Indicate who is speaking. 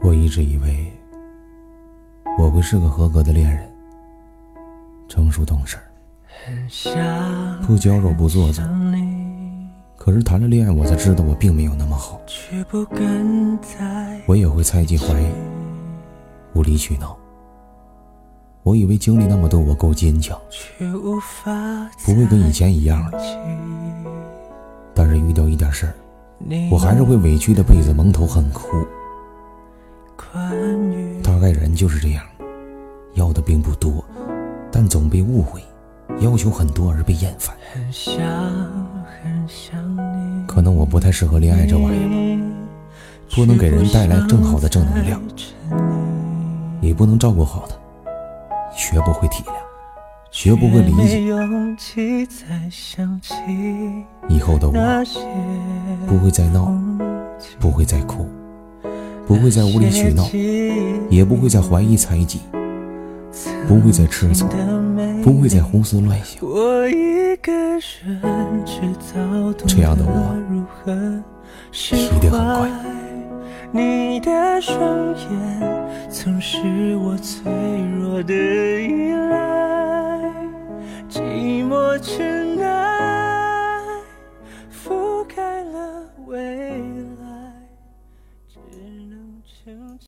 Speaker 1: 我一直以为我会是个合格的恋人，成熟懂事，不娇柔不做作。可是谈了恋爱，我才知道我并没有那么好。我也会猜忌怀疑，无理取闹。我以为经历那么多我够坚强，不会跟以前一样了。但是遇到一点事儿，我还是会委屈的被子蒙头很哭。大概人就是这样，要的并不多，但总被误会，要求很多而被厌烦。可能我不太适合恋爱这玩意儿吧，不能给人带来更好的正能量，也不能照顾好他，学不会体谅，学不会理解。以后的我不会再闹，不会再哭，不会再无理取闹，也不会再怀疑猜忌，不会再吃醋，不会再胡思乱想。这样的我一定很乖。
Speaker 2: 你的双眼曾是我脆弱的依赖，寂寞之